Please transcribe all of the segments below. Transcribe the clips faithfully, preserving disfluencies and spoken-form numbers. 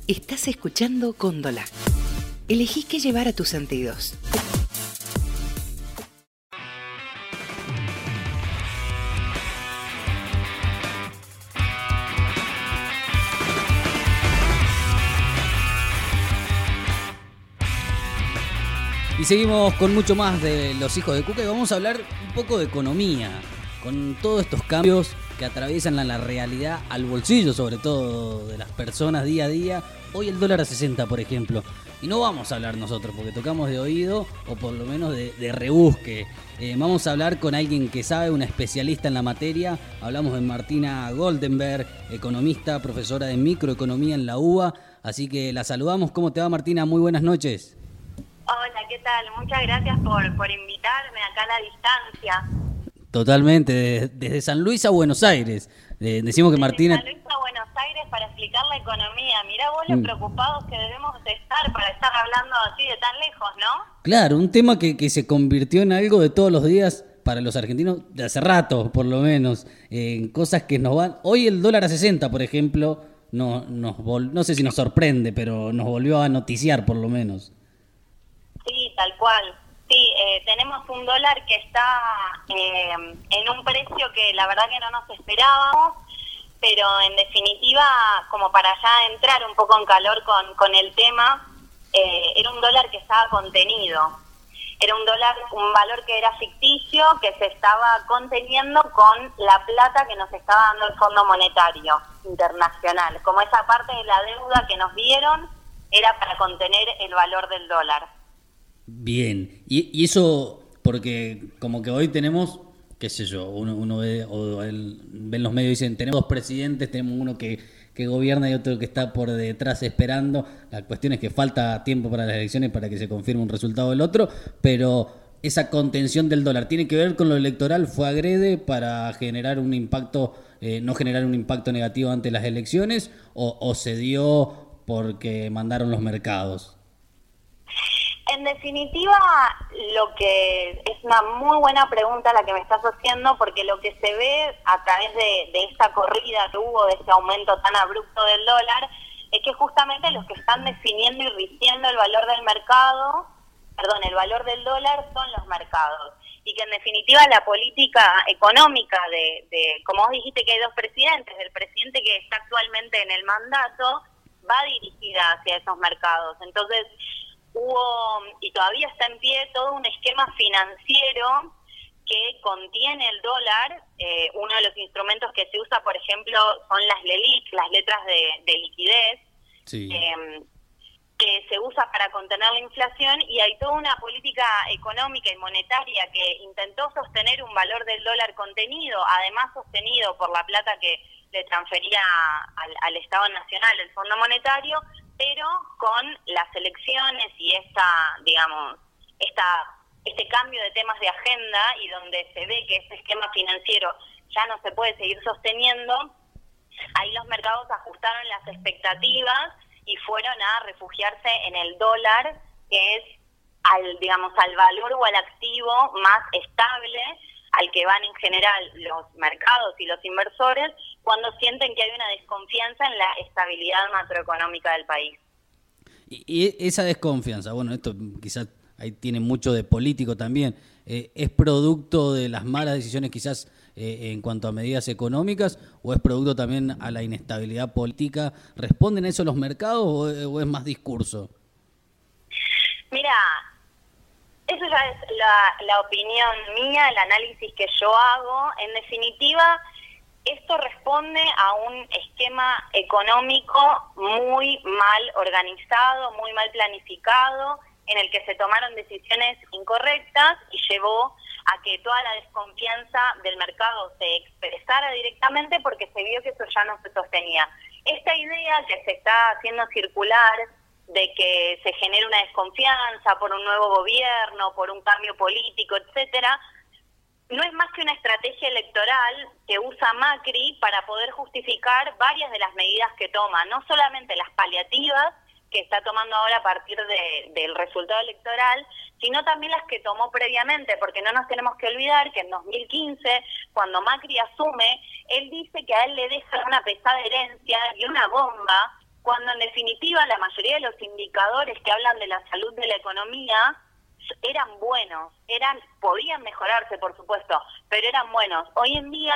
Estás escuchando Cóndola. Elegí qué llevar a tus sentidos. Y seguimos con mucho más de Los Hijos de Cuca y vamos a hablar un poco de economía, con todos estos cambios que atraviesan la, la realidad al bolsillo, sobre todo de las personas día a día. Hoy el dólar a sesenta, por ejemplo, y no vamos a hablar nosotros porque tocamos de oído o por lo menos de, de rebusque. Eh, vamos a hablar con alguien que sabe, una especialista en la materia. Hablamos de Martina Goldenberg, economista, profesora de microeconomía en la U B A. Así que la saludamos. ¿Cómo te va, Martina? Muy buenas noches. Hola, ¿qué tal? Muchas gracias por, por invitarme acá a la distancia. Totalmente, desde, desde San Luis a Buenos Aires. Eh, decimos que desde Martina... San Luis a Buenos Aires para explicar la economía. Mirá vos los Mm. preocupados que debemos de estar para estar hablando así de tan lejos, ¿no? Claro, un tema que, que se convirtió en algo de todos los días para los argentinos, de hace rato por lo menos, eh, en cosas que nos van... Hoy el dólar a sesenta, por ejemplo, no, nos vol... no sé si nos sorprende, pero nos volvió a noticiar por lo menos. Sí, tal cual. Sí, eh, tenemos un dólar que está eh, en un precio que la verdad que no nos esperábamos, pero en definitiva, como para ya entrar un poco en calor con, con el tema, eh, era un dólar que estaba contenido. Era un dólar, un valor que era ficticio, que se estaba conteniendo con la plata que nos estaba dando el Fondo Monetario Internacional. Como esa parte de la deuda que nos dieron era para contener el valor del dólar. Bien, y, y eso porque como que hoy tenemos, qué sé yo, uno, uno ve, o el, ven los medios y dicen, tenemos dos presidentes, tenemos uno que, que gobierna y otro que está por detrás esperando. La cuestión es que falta tiempo para las elecciones para que se confirme un resultado del otro, pero esa contención del dólar, ¿tiene que ver con lo electoral? ¿Fue agrede para generar un impacto, eh, no generar un impacto negativo ante las elecciones o, o se dio porque mandaron los mercados? En definitiva, lo que es una muy buena pregunta la que me estás haciendo, porque lo que se ve a través de, de esta corrida que hubo, de este aumento tan abrupto del dólar, es que justamente los que están definiendo y rigiendo el valor del mercado, perdón, el valor del dólar son los mercados. Y que en definitiva la política económica de, de, como vos dijiste que hay dos presidentes, del presidente que está actualmente en el mandato, va dirigida hacia esos mercados. Entonces, hubo, y todavía está en pie, todo un esquema financiero que contiene el dólar. Eh, uno de los instrumentos que se usa, por ejemplo, son las LELIQ, las letras de, de liquidez, Sí. eh, que se usa para contener la inflación, y hay toda una política económica y monetaria que intentó sostener un valor del dólar contenido, además sostenido por la plata que le transfería al, al Estado Nacional, el Fondo Monetario, pero con las elecciones y esta, digamos, esta este cambio de temas de agenda, y donde se ve que ese esquema financiero ya no se puede seguir sosteniendo, ahí los mercados ajustaron las expectativas y fueron a refugiarse en el dólar, que es al, digamos, al valor o al activo más estable al que van en general los mercados y los inversores cuando sienten que hay una desconfianza en la estabilidad macroeconómica del país. Y, y esa desconfianza, bueno, esto quizás ahí tiene mucho de político también, eh, ¿es producto de las malas decisiones quizás eh, en cuanto a medidas económicas o es producto también a la inestabilidad política? ¿Responden a eso los mercados o, o es más discurso? Mira, eso ya es la, la opinión mía, el análisis que yo hago. En definitiva, esto responde a un esquema económico muy mal organizado, muy mal planificado, en el que se tomaron decisiones incorrectas y llevó a que toda la desconfianza del mercado se expresara directamente, porque se vio que eso ya no se sostenía. Esta idea que se está haciendo circular de que se genere una desconfianza por un nuevo gobierno, por un cambio político, etcétera, no es más que una estrategia electoral que usa Macri para poder justificar varias de las medidas que toma, no solamente las paliativas que está tomando ahora a partir de, del resultado electoral, sino también las que tomó previamente, porque no nos tenemos que olvidar que en dos mil quince, cuando Macri asume, él dice que a él le deja una pesada herencia y una bomba cuando en definitiva la mayoría de los indicadores que hablan de la salud de la economía eran buenos, eran podían mejorarse, por supuesto, pero eran buenos. Hoy en día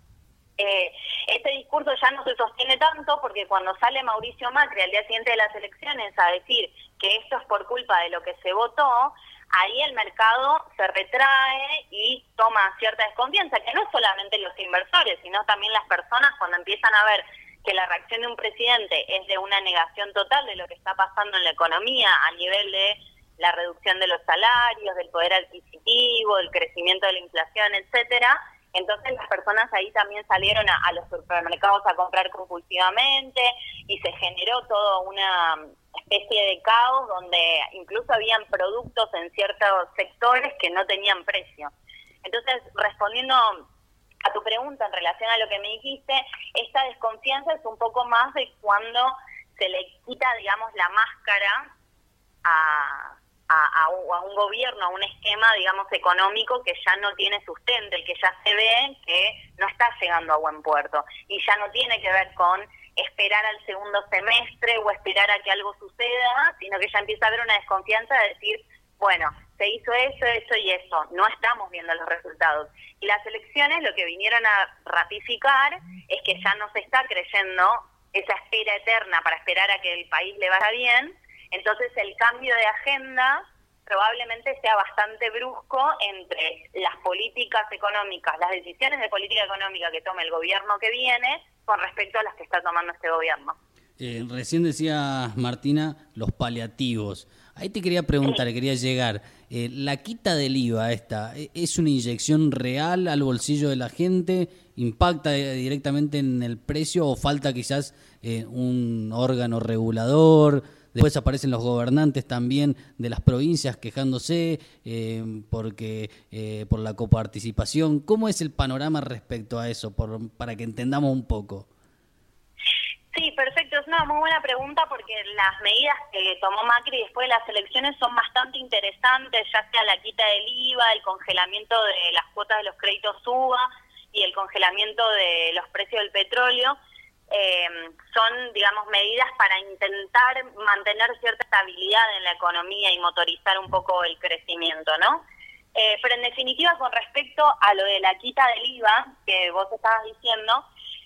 eh, este discurso ya no se sostiene tanto, porque cuando sale Mauricio Macri al día siguiente de las elecciones a decir que esto es por culpa de lo que se votó, ahí el mercado se retrae y toma cierta desconfianza, que no es solamente los inversores, sino también las personas, cuando empiezan a ver que la reacción de un presidente es de una negación total de lo que está pasando en la economía a nivel de la reducción de los salarios, del poder adquisitivo, del crecimiento de la inflación, etcétera. Entonces las personas ahí también salieron a, a los supermercados a comprar compulsivamente y se generó toda una especie de caos donde incluso habían productos en ciertos sectores que no tenían precio. Entonces, respondiendo a tu pregunta en relación a lo que me dijiste, esta desconfianza es un poco más de cuando se le quita, digamos, la máscara a... A, a, un, a un gobierno, a un esquema, digamos, económico que ya no tiene sustento, el que ya se ve que no está llegando a buen puerto, y ya no tiene que ver con esperar al segundo semestre o esperar a que algo suceda, sino que ya empieza a haber una desconfianza de decir, bueno, se hizo eso, eso y eso, no estamos viendo los resultados. Y las elecciones lo que vinieron a ratificar es que ya no se está creyendo esa espera eterna para esperar a que el país le vaya bien. Entonces el cambio de agenda probablemente sea bastante brusco entre las políticas económicas, las decisiones de política económica que tome el gobierno que viene con respecto a las que está tomando este gobierno. Eh, recién decía Martina los paliativos. Ahí te quería preguntar, sí. quería llegar. Eh, ¿La quita del I V A esta es una inyección real al bolsillo de la gente? ¿Impacta directamente en el precio o falta quizás eh, un órgano regulador? Después aparecen los gobernantes también de las provincias quejándose eh, porque eh, por la coparticipación. ¿Cómo es el panorama respecto a eso, por, para que entendamos un poco? Sí, perfecto. Es una muy buena pregunta porque las medidas que tomó Macri después de las elecciones son bastante interesantes, ya sea la quita del I V A, el congelamiento de las cuotas de los créditos U B A y el congelamiento de los precios del petróleo. Eh, son, digamos, medidas para intentar mantener cierta estabilidad en la economía y motorizar un poco el crecimiento, ¿no? Eh, pero en definitiva, con respecto a lo de la quita del I V A, que vos estabas diciendo,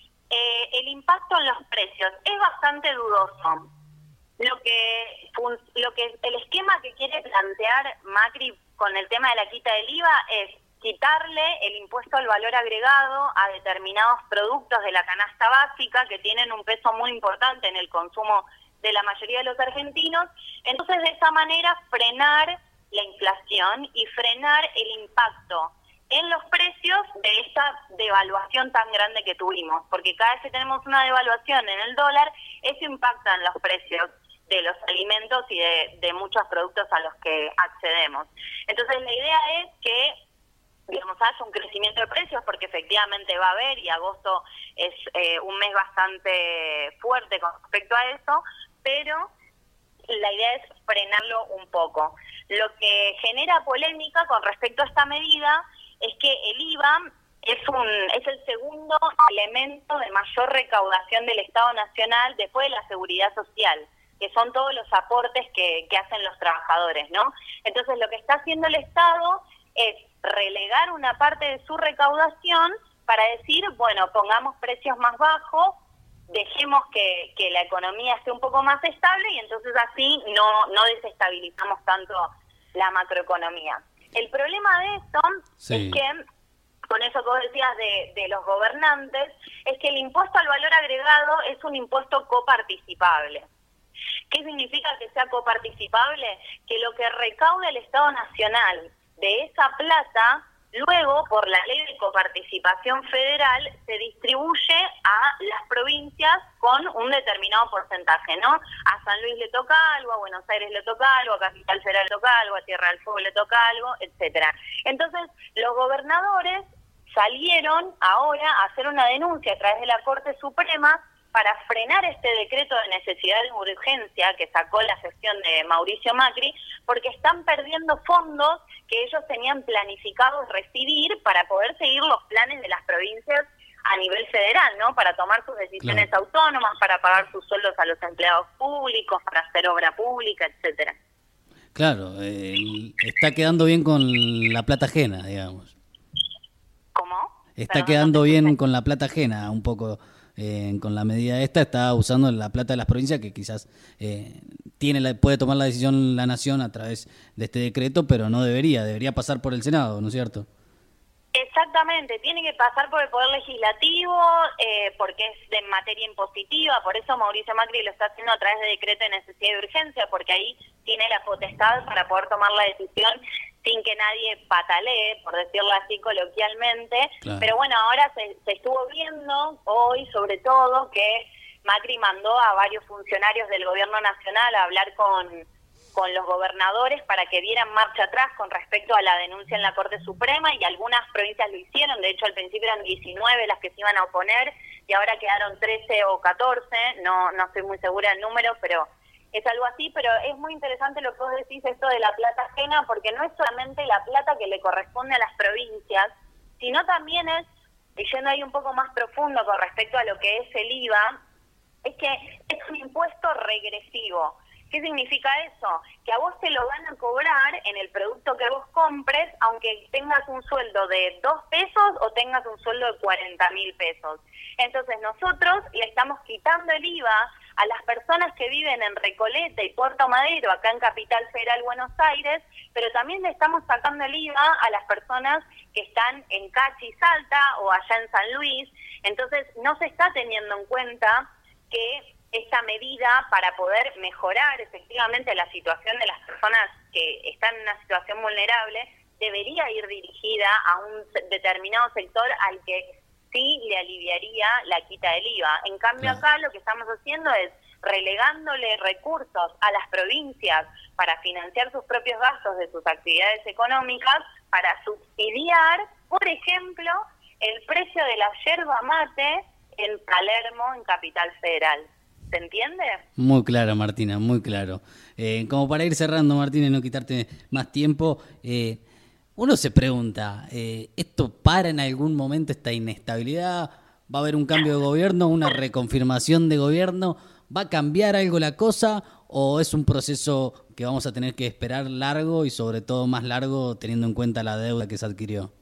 eh, el impacto en los precios es bastante dudoso. Lo que, lo que el esquema que quiere plantear Macri con el tema de la quita del I V A es quitarle el impuesto al valor agregado a determinados productos de la canasta básica que tienen un peso muy importante en el consumo de la mayoría de los argentinos. Entonces, de esa manera, frenar la inflación y frenar el impacto en los precios de esta devaluación tan grande que tuvimos, porque cada vez que tenemos una devaluación en el dólar, eso impacta en los precios de los alimentos y de, de muchos productos a los que accedemos. Entonces, la idea es que digamos, haya un crecimiento de precios, porque efectivamente va a haber, y agosto es eh, un mes bastante fuerte con respecto a eso, pero la idea es frenarlo un poco. Lo que genera polémica con respecto a esta medida es que el I V A es, un, es el segundo elemento de mayor recaudación del Estado Nacional después de la Seguridad Social, que son todos los aportes que, que hacen los trabajadores, ¿no? Entonces, lo que está haciendo el Estado es relegar una parte de su recaudación para decir, bueno, pongamos precios más bajos, dejemos que, que la economía esté un poco más estable y entonces así no, no desestabilizamos tanto la macroeconomía. El problema de esto sí. es que, con eso que vos decías de, de los gobernantes, es que el impuesto al valor agregado es un impuesto coparticipable. ¿Qué significa que sea coparticipable? Que lo que recaude el Estado Nacional de esa plata, luego, por la ley de coparticipación federal, se distribuye a las provincias con un determinado porcentaje, ¿no? A San Luis le toca algo, a Buenos Aires le toca algo, a Capital Federal le toca algo, a Tierra del Fuego le toca algo, etcétera. Entonces, los gobernadores salieron ahora a hacer una denuncia a través de la Corte Suprema para frenar este decreto de necesidad de urgencia que sacó la gestión de Mauricio Macri, porque están perdiendo fondos que ellos tenían planificados recibir para poder seguir los planes de las provincias a nivel federal, ¿no? Para tomar sus decisiones Claro. autónomas, para pagar sus sueldos a los empleados públicos, para hacer obra pública, etcétera. Claro, eh, está quedando bien con la plata ajena, digamos. ¿Cómo? Está Perdón, quedando no te bien escuché. con la plata ajena, un poco eh, con la medida esta, está usando la plata de las provincias que quizás eh, tiene la, puede tomar la decisión la nación a través de este decreto, pero no debería, debería pasar por el Senado, ¿no es cierto? Exactamente, tiene que pasar por el Poder Legislativo eh, porque es de materia impositiva, por eso Mauricio Macri lo está haciendo a través de decreto de necesidad y urgencia, porque ahí tiene la potestad para poder tomar la decisión sin que nadie patalee, por decirlo así coloquialmente. Claro. Pero bueno, ahora se, se estuvo viendo hoy sobre todo que Macri mandó a varios funcionarios del gobierno nacional a hablar con... con los gobernadores para que dieran marcha atrás con respecto a la denuncia en la Corte Suprema, y algunas provincias lo hicieron. De hecho, al principio eran diecinueve las que se iban a oponer y ahora quedaron trece o catorce, no no estoy muy segura del número, pero es algo así. Pero es muy interesante lo que vos decís, esto de la plata ajena, porque no es solamente la plata que le corresponde a las provincias, sino también es, y yendo ahí un poco más profundo con respecto a lo que es el I V A, es que es un impuesto regresivo. ¿Qué significa eso? Que a vos te lo van a cobrar en el producto que vos compres, aunque tengas un sueldo de dos pesos o tengas un sueldo de cuarenta mil pesos. Entonces nosotros le estamos quitando el I V A a las personas que viven en Recoleta y Puerto Madero, acá en Capital Federal, Buenos Aires, pero también le estamos sacando el I V A a las personas que están en Cachi y Salta o allá en San Luis. Entonces no se está teniendo en cuenta que esta medida, para poder mejorar efectivamente la situación de las personas que están en una situación vulnerable, debería ir dirigida a un determinado sector al que sí le aliviaría la quita del I V A. En cambio, Claro. acá lo que estamos haciendo es relegándole recursos a las provincias para financiar sus propios gastos de sus actividades económicas, para subsidiar, por ejemplo, el precio de la yerba mate en Palermo, en Capital Federal. ¿Se entiende? Muy claro, Martina, muy claro. Eh, como para ir cerrando, Martina, y no quitarte más tiempo, eh, uno se pregunta, eh, ¿esto para en algún momento esta inestabilidad? ¿Va a haber un cambio de gobierno, una reconfirmación de gobierno? ¿Va a cambiar algo la cosa o es un proceso que vamos a tener que esperar largo y sobre todo más largo teniendo en cuenta la deuda que se adquirió?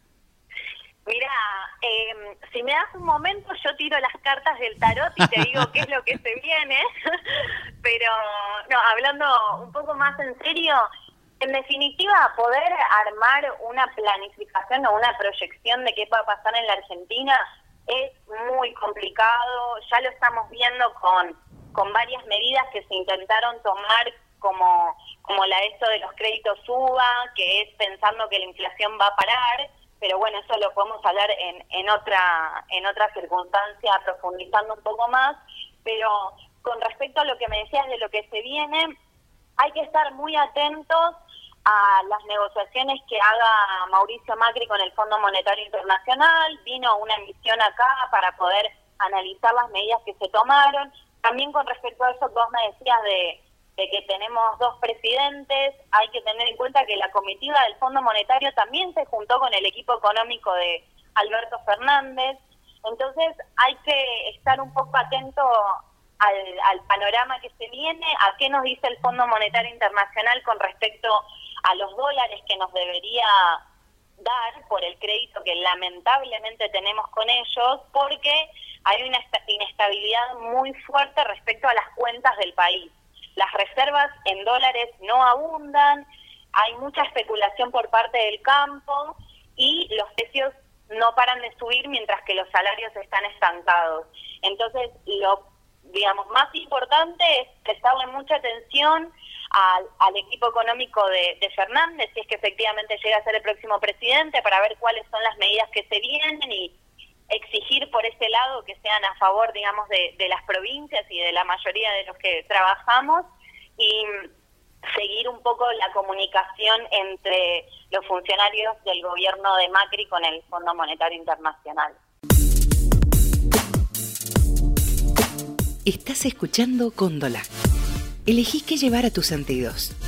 Mira, eh, si me das un momento yo tiro las cartas del tarot y te digo qué es lo que se viene, pero no, hablando un poco más en serio, en definitiva poder armar una planificación o una proyección de qué va a pasar en la Argentina es muy complicado. Ya lo estamos viendo con, con varias medidas que se intentaron tomar, como, como la de esto de los créditos U B A, que es pensando que la inflación va a parar. Pero bueno, eso lo podemos hablar en, en otra en otra circunstancia, profundizando un poco más. Pero con respecto a lo que me decías de lo que se viene, hay que estar muy atentos a las negociaciones que haga Mauricio Macri con el Fondo Monetario Internacional. Vino una misión acá para poder analizar las medidas que se tomaron. También con respecto a eso que vos me decías de... de que tenemos dos presidentes, hay que tener en cuenta que la comitiva del Fondo Monetario también se juntó con el equipo económico de Alberto Fernández. Entonces hay que estar un poco atento al, al panorama que se viene, a qué nos dice el Fondo Monetario Internacional con respecto a los dólares que nos debería dar por el crédito que lamentablemente tenemos con ellos, porque hay una inestabilidad muy fuerte respecto a las cuentas del país. Las reservas en dólares no abundan, hay mucha especulación por parte del campo y los precios no paran de subir mientras que los salarios están estancados. Entonces, lo digamos más importante es prestarle mucha atención al, al equipo económico de, de Fernández, si es que efectivamente llega a ser el próximo presidente, para ver cuáles son las medidas que se vienen y exigir por ese lado que sean a favor, digamos, de, de las provincias y de la mayoría de los que trabajamos, y seguir un poco la comunicación entre los funcionarios del gobierno de Macri con el Fondo Monetario Internacional. Estás escuchando Cóndola. Elegí qué llevar a tus sentidos.